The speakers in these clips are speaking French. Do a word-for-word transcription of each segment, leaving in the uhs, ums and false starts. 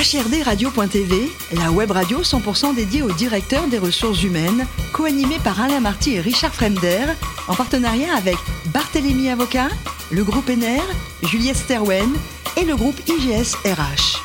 H R D radio point T V, la web radio cent pour cent dédiée aux directeurs des ressources humaines, co-animée par Alain Marty et Richard Fremder, en partenariat avec Barthélémy Avocat, le groupe Ener, Juliette Sterwen et le groupe I G S R H.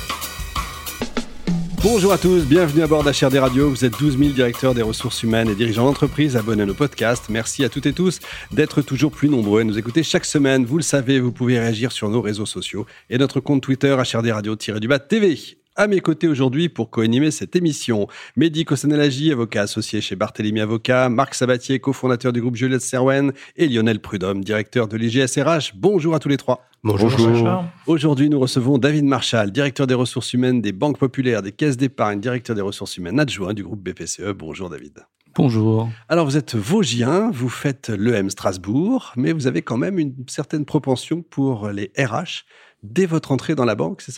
Bonjour à tous, bienvenue à bord d'H R D Radio. Vous êtes douze mille directeurs des ressources humaines et dirigeants d'entreprise abonnés à nos podcasts. Merci à toutes et tous d'être toujours plus nombreux à nous écouter chaque semaine. Vous le savez, vous pouvez réagir sur nos réseaux sociaux et notre compte Twitter H R D Radio-du-bas T V. À mes côtés aujourd'hui pour co-animer cette émission, Mehdi Kossanelagi, avocat associé chez Barthélémy Avocat, Marc Sabatier, cofondateur du groupe Juliette Sterwen et Lionel Prudhomme, directeur de l'I G S R H. Bonjour à tous les trois. Bonjour. Bonjour. Aujourd'hui, nous recevons David Marchal, directeur des ressources humaines des banques populaires, des caisses d'épargne, directeur des ressources humaines adjoint du groupe B P C E. Bonjour David. Bonjour. Alors vous êtes Vosgien, vous faites l'E M Strasbourg, mais vous avez quand même une certaine propension pour les R H dès votre entrée dans la banque, c'est ça ?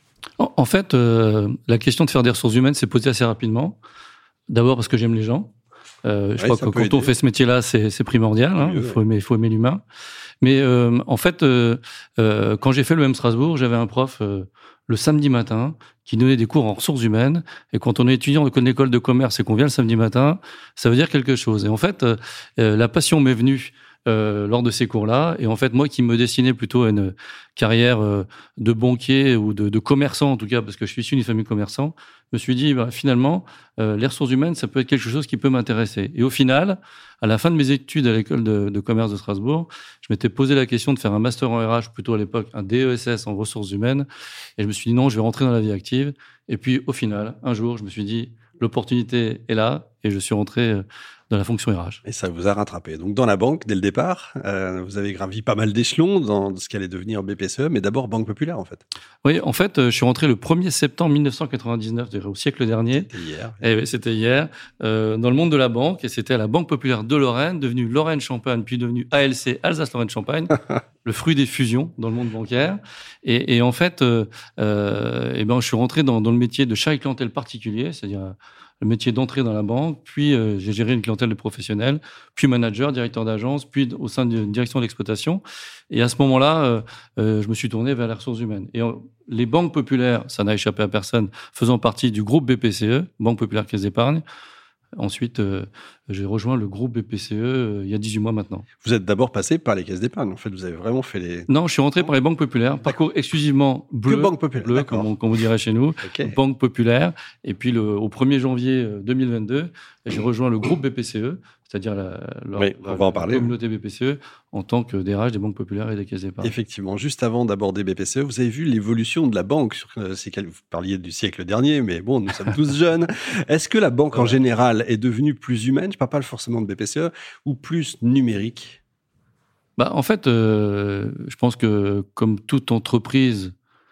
En fait, euh, la question de faire des ressources humaines s'est posée assez rapidement. D'abord parce que j'aime les gens. Euh, je ouais, crois que quand aider. on fait ce métier-là, c'est, c'est primordial. Hein. Mieux, il faut aimer, il faut aimer l'humain. Mais euh, en fait, euh, euh, quand j'ai fait l'E M Strasbourg, j'avais un prof euh, le samedi matin qui donnait des cours en ressources humaines. Et quand on est étudiant de une école de commerce et qu'on vient le samedi matin, ça veut dire quelque chose. Et en fait, euh, la passion m'est venue Euh, lors de ces cours-là. Et en fait, moi qui me destinais plutôt à une carrière euh, de banquier ou de, de commerçant, en tout cas, parce que je suis issu d'une famille commerçant, je me suis dit, bah, finalement, euh, les ressources humaines, ça peut être quelque chose qui peut m'intéresser. Et au final, à la fin de mes études à l'école de, de commerce de Strasbourg, je m'étais posé la question de faire un master en R H, plutôt à l'époque un D E S S en ressources humaines. Et je me suis dit, non, je vais rentrer dans la vie active. Et puis, au final, un jour, je me suis dit, l'opportunité est là, et je suis rentré euh, dans la fonction R H. Et ça vous a rattrapé. Donc dans la banque, dès le départ, euh, vous avez gravi pas mal d'échelons dans ce qui allait devenir B P C E, mais d'abord Banque Populaire en fait. Oui, en fait, je suis rentré le premier septembre mille neuf cent quatre-vingt-dix-neuf, au siècle dernier. C'était hier. Et c'était hier, euh, dans le monde de la banque, et c'était à la Banque Populaire de Lorraine, devenue Lorraine-Champagne, puis devenue A L C, Alsace-Lorraine-Champagne, le fruit des fusions dans le monde bancaire. Et, et en fait, euh, euh, et ben, je suis rentré dans, dans le métier de chargé de clientèle particulier, c'est-à-dire le métier d'entrée dans la banque, puis euh, j'ai géré une clientèle de professionnels, puis manager, directeur d'agence, puis au sein d'une direction d'exploitation. Et à ce moment-là, euh, euh, je me suis tourné vers les ressources humaines. Et euh, les banques populaires, ça n'a échappé à personne, faisant partie du groupe B P C E, Banque Populaire Caisse d'Épargne. Ensuite, euh, j'ai rejoint le groupe B P C E euh, il y a dix-huit mois maintenant. Vous êtes d'abord passé par les caisses d'épargne. En fait, vous avez vraiment fait les... Non, je suis rentré par les banques populaires. Parcours exclusivement bleu, que banque populaire, bleu comme, on, comme on dirait chez nous. Okay. Banque populaire. Et puis, le, au premier janvier deux mille vingt-deux, j'ai rejoint le groupe B P C E, c'est-à-dire la, la, oui, la, on va en parler, la communauté B P C E, en tant que D R H des banques populaires et des caisses d'épargne. Effectivement. Juste avant d'aborder B P C E, vous avez vu l'évolution de la banque. Sur, euh, vous parliez du siècle dernier, mais bon, nous sommes tous jeunes. Est-ce que la banque, ouais. en général, est devenue plus humaine, je ne parle pas forcément de B P C E, ou plus numérique ? Bah, en fait, euh, je pense que comme toute entreprise,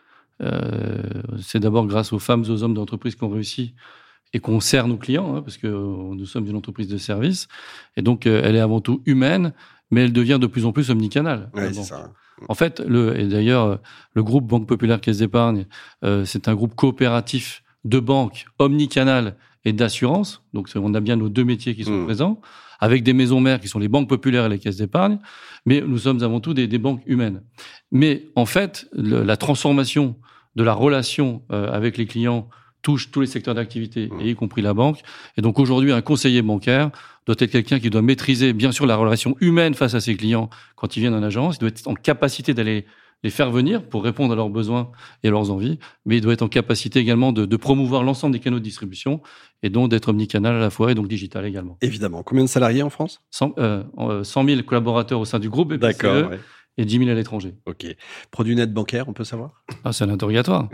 euh, c'est d'abord grâce aux femmes et aux hommes d'entreprise qui ont réussi et qu'on sert nos clients, hein, parce que nous sommes une entreprise de service. Et donc, euh, elle est avant tout humaine, mais elle devient de plus en plus omnicanale. Oui, c'est ça. En fait, le, et d'ailleurs, le groupe Banque Populaire Caisse d'Épargne, euh, c'est un groupe coopératif de banques omnicanal et d'assurance. Donc, on a bien nos deux métiers qui sont mmh. présents, avec des maisons mères qui sont les banques populaires et les caisses d'épargne. Mais nous sommes avant tout des, des banques humaines. Mais en fait, le, la transformation de la relation euh, avec les clients touche tous les secteurs d'activité, et y compris la banque. Et donc aujourd'hui, un conseiller bancaire doit être quelqu'un qui doit maîtriser, bien sûr, la relation humaine face à ses clients quand ils viennent en agence. Il doit être en capacité d'aller les faire venir pour répondre à leurs besoins et à leurs envies, mais il doit être en capacité également de, de promouvoir l'ensemble des canaux de distribution et donc d'être omnicanal à la fois et donc digital également. Évidemment. Combien de salariés en France ? cent, euh, cent mille collaborateurs au sein du groupe B P C E. D'accord, ouais. Et dix mille à l'étranger. Ok. Produit net bancaire, on peut savoir ? Ah, c'est un interrogatoire.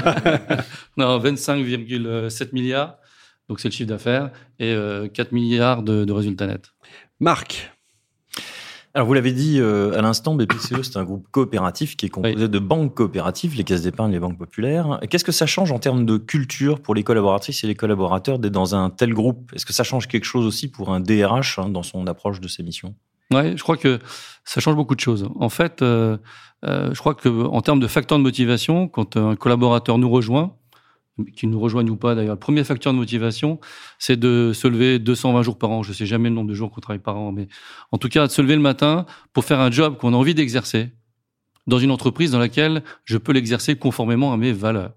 Non, vingt-cinq virgule sept milliards, donc c'est le chiffre d'affaires, et euh, quatre milliards de, de résultats nets. Marc ? Alors, vous l'avez dit euh, à l'instant, B P C E, c'est un groupe coopératif qui est composé oui. de banques coopératives, les caisses d'épargne, les banques populaires. Qu'est-ce que ça change en termes de culture pour les collaboratrices et les collaborateurs d'être dans un tel groupe ? Est-ce que ça change quelque chose aussi pour un D R H hein, dans son approche de ses missions ? Ouais, je crois que ça change beaucoup de choses. En fait, euh, euh, je crois que en termes de facteurs de motivation, quand un collaborateur nous rejoint, qu'il nous rejoigne ou pas d'ailleurs, le premier facteur de motivation, c'est de se lever deux cent vingt jours par an. Je sais jamais le nombre de jours qu'on travaille par an, mais en tout cas, de se lever le matin pour faire un job qu'on a envie d'exercer dans une entreprise dans laquelle je peux l'exercer conformément à mes valeurs.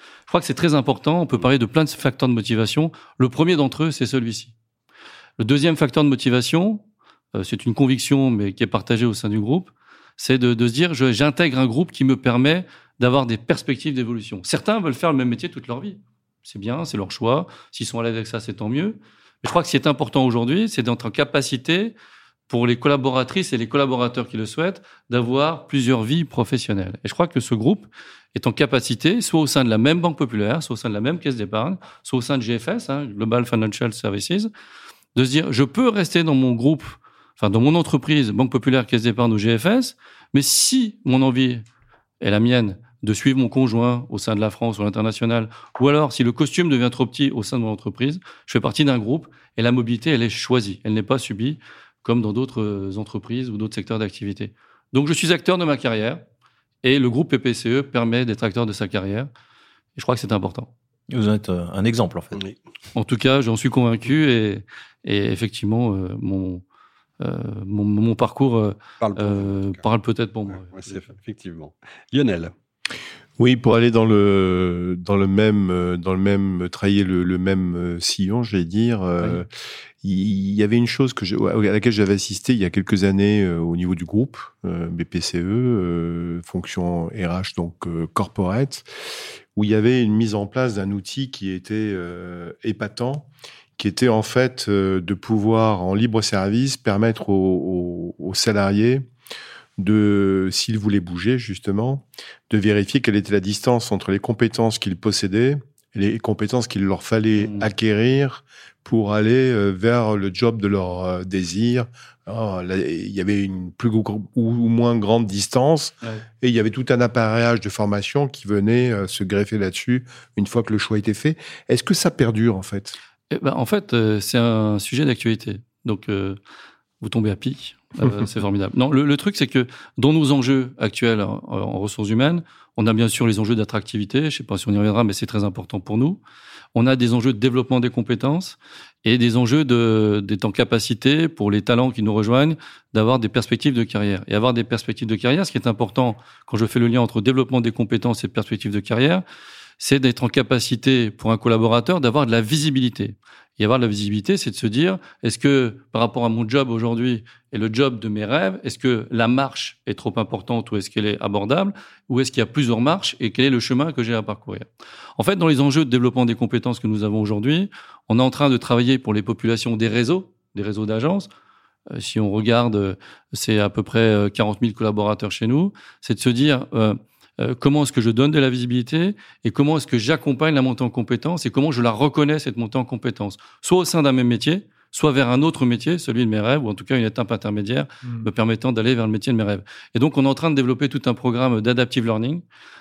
Je crois que c'est très important. On peut parler de plein de facteurs de motivation. Le premier d'entre eux, c'est celui-ci. Le deuxième facteur de motivation, euh, c'est une conviction, mais qui est partagée au sein du groupe, c'est de, de se dire, je, j'intègre un groupe qui me permet d'avoir des perspectives d'évolution. Certains veulent faire le même métier toute leur vie. C'est bien, c'est leur choix. S'ils sont à l'aise avec ça, c'est tant mieux. Mais je crois que ce qui est important aujourd'hui, c'est d'être en capacité, pour les collaboratrices et les collaborateurs qui le souhaitent, d'avoir plusieurs vies professionnelles. Et je crois que ce groupe est en capacité, soit au sein de la même Banque Populaire, soit au sein de la même Caisse d'épargne, soit au sein de G F S, hein, Global Financial Services, de se dire, je peux rester dans mon groupe, enfin dans mon entreprise, Banque Populaire, Caisse d'épargne ou G F S, mais si mon envie est la mienne de suivre mon conjoint au sein de la France ou l'international, ou alors si le costume devient trop petit au sein de mon entreprise, je fais partie d'un groupe et la mobilité, elle est choisie, elle n'est pas subie comme dans d'autres entreprises ou d'autres secteurs d'activité. Donc je suis acteur de ma carrière et le groupe P P C E permet d'être acteur de sa carrière et je crois que c'est important. Vous êtes un exemple en fait. Oui. En tout cas, j'en suis convaincu et, et effectivement, euh, mon, euh, mon, mon parcours euh, parle, euh, parle peut-être pour moi. Ouais, c'est effectivement. Lionel. Oui, pour aller dans le dans le même dans le même trahir le, le même sillon, j'allais dire. Euh, oui. Il y avait une chose que je, à laquelle j'avais assisté il y a quelques années euh, au niveau du groupe euh, B P C E, euh, fonction R H donc euh, corporate, où il y avait une mise en place d'un outil qui était euh, épatant, qui était en fait euh, de pouvoir en libre service permettre aux, aux, aux salariés de, s'ils voulaient bouger justement, de vérifier quelle était la distance entre les compétences qu'ils possédaient et les compétences qu'il leur fallait mmh. acquérir pour aller vers le job de leur euh, désir. Alors, là, il y avait une plus ou moins grande distance ouais. et il y avait tout un appareillage de formation qui venait euh, se greffer là-dessus une fois que le choix était fait. Est-ce que ça perdure en fait ? Eh ben, en fait, euh, c'est un sujet d'actualité. Donc, euh, vous tombez à pic. Euh, c'est formidable. Non, le, le truc, c'est que dans nos enjeux actuels en, en ressources humaines, on a bien sûr les enjeux d'attractivité. Je ne sais pas si on y reviendra, mais c'est très important pour nous. On a des enjeux de développement des compétences et des enjeux de, d'être en capacité pour les talents qui nous rejoignent d'avoir des perspectives de carrière. Et avoir des perspectives de carrière, ce qui est important quand je fais le lien entre développement des compétences et perspectives de carrière, c'est d'être en capacité pour un collaborateur d'avoir de la visibilité. Et avoir de la visibilité, c'est de se dire, est-ce que par rapport à mon job aujourd'hui et le job de mes rêves, est-ce que la marche est trop importante ou est-ce qu'elle est abordable ou est-ce qu'il y a plusieurs marches et quel est le chemin que j'ai à parcourir ? En fait, dans les enjeux de développement des compétences que nous avons aujourd'hui, on est en train de travailler pour les populations des réseaux, des réseaux d'agences. Euh, si on regarde, c'est à peu près quarante mille collaborateurs chez nous. C'est de se dire... Euh, Euh, comment est-ce que je donne de la visibilité et comment est-ce que j'accompagne la montée en compétences et comment je la reconnais, cette montée en compétences, soit au sein d'un même métier, soit vers un autre métier, celui de mes rêves, ou en tout cas une étape intermédiaire mmh. me permettant d'aller vers le métier de mes rêves. Et donc, on est en train de développer tout un programme d'adaptive learning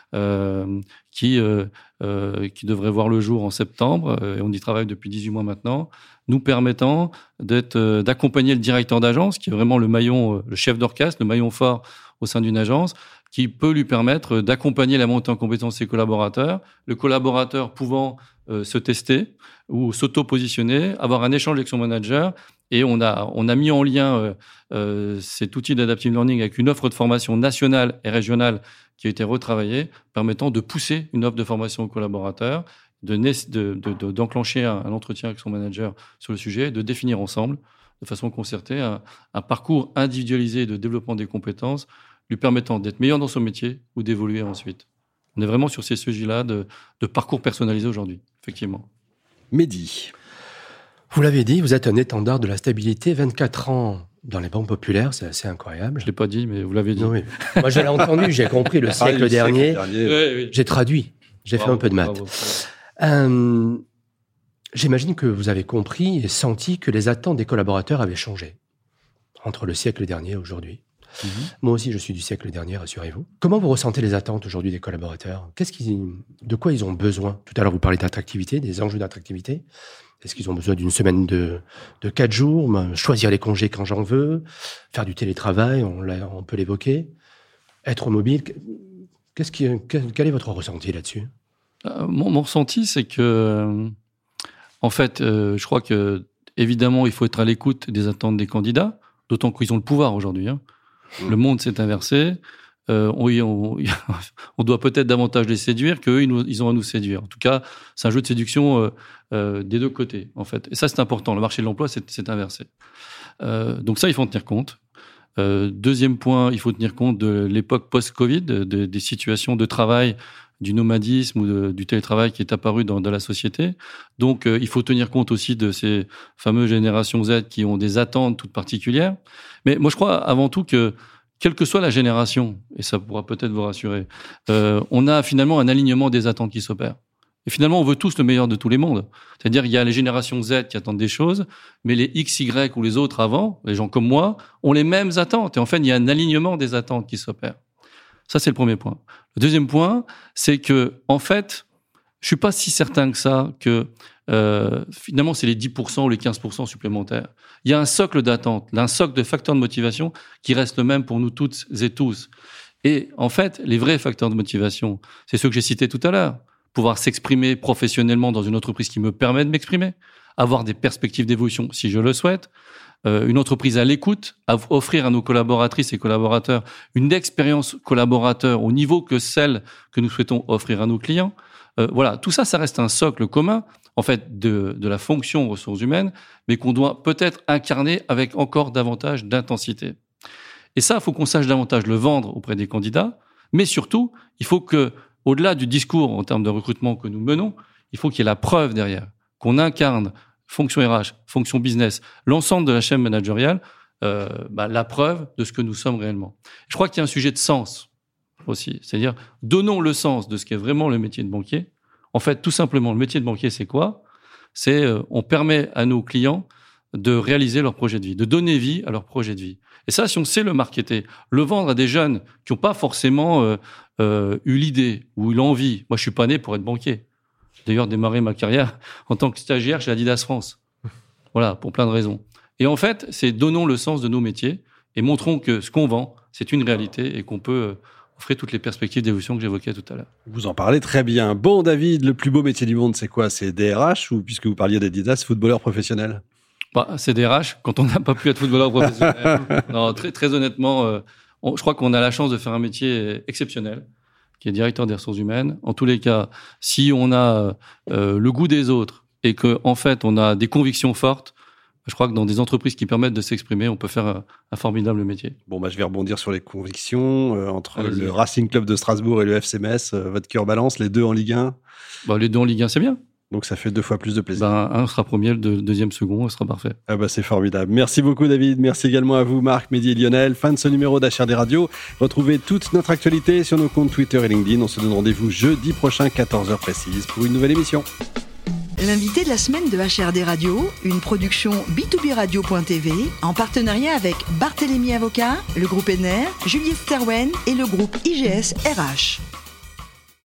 euh, qui, euh, euh, qui devrait voir le jour en septembre, euh, et on y travaille depuis dix-huit mois maintenant, nous permettant d'être, euh, d'accompagner le directeur d'agence, qui est vraiment le maillon, euh, le chef d'orchestre, le maillon fort au sein d'une agence, qui peut lui permettre d'accompagner la montée en compétence de ses collaborateurs, le collaborateur pouvant euh, se tester ou s'auto-positionner, avoir un échange avec son manager. Et on a, on a mis en lien euh, euh, cet outil d'adaptive learning avec une offre de formation nationale et régionale qui a été retravaillée, permettant de pousser une offre de formation aux collaborateurs, de, de, de, de, d'enclencher un, un entretien avec son manager sur le sujet, de définir ensemble, de façon concertée, un, un parcours individualisé de développement des compétences lui permettant d'être meilleur dans son métier ou d'évoluer ensuite. On est vraiment sur ces sujets-là de, de parcours personnalisé aujourd'hui, effectivement. Mehdi. Vous l'avez dit, vous êtes un étendard de la stabilité, vingt-quatre ans dans les banques populaires, c'est assez incroyable. Je ne l'ai pas dit, mais vous l'avez dit. Oui. Moi, je l'ai entendu, j'ai compris le siècle ah, dernier. Siècle dernier. Oui, oui. J'ai traduit, j'ai bravo, fait un peu de maths. Euh, j'imagine que vous avez compris et senti que les attentes des collaborateurs avaient changé entre le siècle dernier et aujourd'hui. Mmh. Moi aussi, je suis du siècle dernier, rassurez-vous. Comment vous ressentez les attentes aujourd'hui des collaborateurs ? Qu'est-ce qu'ils, de quoi ils ont besoin ? Tout à l'heure, vous parlez d'attractivité, des enjeux d'attractivité. Est-ce qu'ils ont besoin d'une semaine de, de quatre jours, choisir les congés quand j'en veux, faire du télétravail, on, l'a, on peut l'évoquer, être mobile ? Qu'est-ce qui, quel, quel est votre ressenti là-dessus ? euh, mon, mon ressenti, c'est que, euh, en fait, euh, je crois que évidemment, il faut être à l'écoute des attentes des candidats, d'autant qu'ils ont le pouvoir aujourd'hui, hein. Le monde s'est inversé. euh, on, on, on doit peut-être davantage les séduire qu'eux, ils, nous, ils ont à nous séduire. En tout cas, c'est un jeu de séduction euh, euh, des deux côtés, en fait. Et ça, c'est important. Le marché de l'emploi, c'est, c'est inversé. Euh, donc ça, il faut en tenir compte. Euh, deuxième point, il faut tenir compte de l'époque post-Covid, de, de, des situations de travail, du nomadisme ou de, du télétravail qui est apparu dans, dans la société. Donc, euh, il faut tenir compte aussi de ces fameuses générations Z qui ont des attentes toutes particulières. Mais moi, je crois avant tout que, quelle que soit la génération, et ça pourra peut-être vous rassurer, euh, on a finalement un alignement des attentes qui s'opère. Et finalement, on veut tous le meilleur de tous les mondes. C'est-à-dire, il y a les générations Z qui attendent des choses, mais les X, Y ou les autres avant, les gens comme moi, ont les mêmes attentes. Et en fait, il y a un alignement des attentes qui s'opère. Ça, c'est le premier point. Le deuxième point, c'est que, en fait, je suis pas si certain que ça que euh, finalement, c'est les dix pour cent ou les quinze pour cent supplémentaires. Il y a un socle d'attente, un socle de facteurs de motivation qui reste le même pour nous toutes et tous. Et en fait, les vrais facteurs de motivation, c'est ceux que j'ai cités tout à l'heure. Pouvoir s'exprimer professionnellement dans une entreprise qui me permet de m'exprimer, avoir des perspectives d'évolution si je le souhaite, euh, une entreprise à l'écoute, à offrir à nos collaboratrices et collaborateurs une expérience collaborateur au niveau que celle que nous souhaitons offrir à nos clients. Euh, voilà, tout ça, ça reste un socle commun, en fait, de, de la fonction ressources humaines, mais qu'on doit peut-être incarner avec encore davantage d'intensité. Et ça, il faut qu'on sache davantage le vendre auprès des candidats, mais surtout, il faut que, au-delà du discours en termes de recrutement que nous menons, il faut qu'il y ait la preuve derrière, qu'on incarne fonction R H, fonction business, l'ensemble de la chaîne managériale, euh, bah, la preuve de ce que nous sommes réellement. Je crois qu'il y a un sujet de sens aussi, c'est-à-dire donnons le sens de ce qu'est vraiment le métier de banquier. En fait, tout simplement, le métier de banquier, c'est quoi ? C'est euh, on permet à nos clients de réaliser leur projet de vie, de donner vie à leur projet de vie. Et ça, si on sait le marketer, le vendre à des jeunes qui n'ont pas forcément euh, euh, eu l'idée ou eu l'envie. Moi, je suis pas né pour être banquier. J'ai d'ailleurs démarré ma carrière en tant que stagiaire chez Adidas France. Voilà, pour plein de raisons. Et en fait, c'est donnons le sens de nos métiers et montrons que ce qu'on vend, c'est une réalité et qu'on peut euh, offrir toutes les perspectives d'évolution que j'évoquais tout à l'heure. Vous en parlez très bien. Bon, David, le plus beau métier du monde, c'est quoi ? C'est D R H ou, puisque vous parliez d'Adidas, footballeur professionnel ? Bah, c'est D R H quand on n'a pas pu être footballeur professionnel. Non, très, très honnêtement, euh, on, je crois qu'on a la chance de faire un métier exceptionnel, qui est directeur des ressources humaines. En tous les cas, si on a euh, le goût des autres et que en fait on a des convictions fortes, je crois que dans des entreprises qui permettent de s'exprimer, on peut faire un, un formidable métier. Bon, bah, je vais rebondir sur les convictions. Euh, entre Allez-y. Le Racing Club de Strasbourg et le F C Metz, euh, votre cœur balance, les deux en Ligue un ? Bah, les deux en Ligue un, c'est bien. Donc ça fait deux fois plus de plaisir. Ben, un sera premier, le deuxième second, ce sera parfait. Ah bah c'est formidable. Merci beaucoup David, merci également à vous Marc, Mehdi et Lionel. Fin de ce numéro d'H R D Radio. Retrouvez toute notre actualité sur nos comptes Twitter et LinkedIn. On se donne rendez-vous jeudi prochain, quatorze heures précises, pour une nouvelle émission. L'invité de la semaine de H R D Radio, une production B deux B radio point T V en partenariat avec Barthélémy Avocat, le groupe N R, Juliette Sterwen et le groupe I G S R H.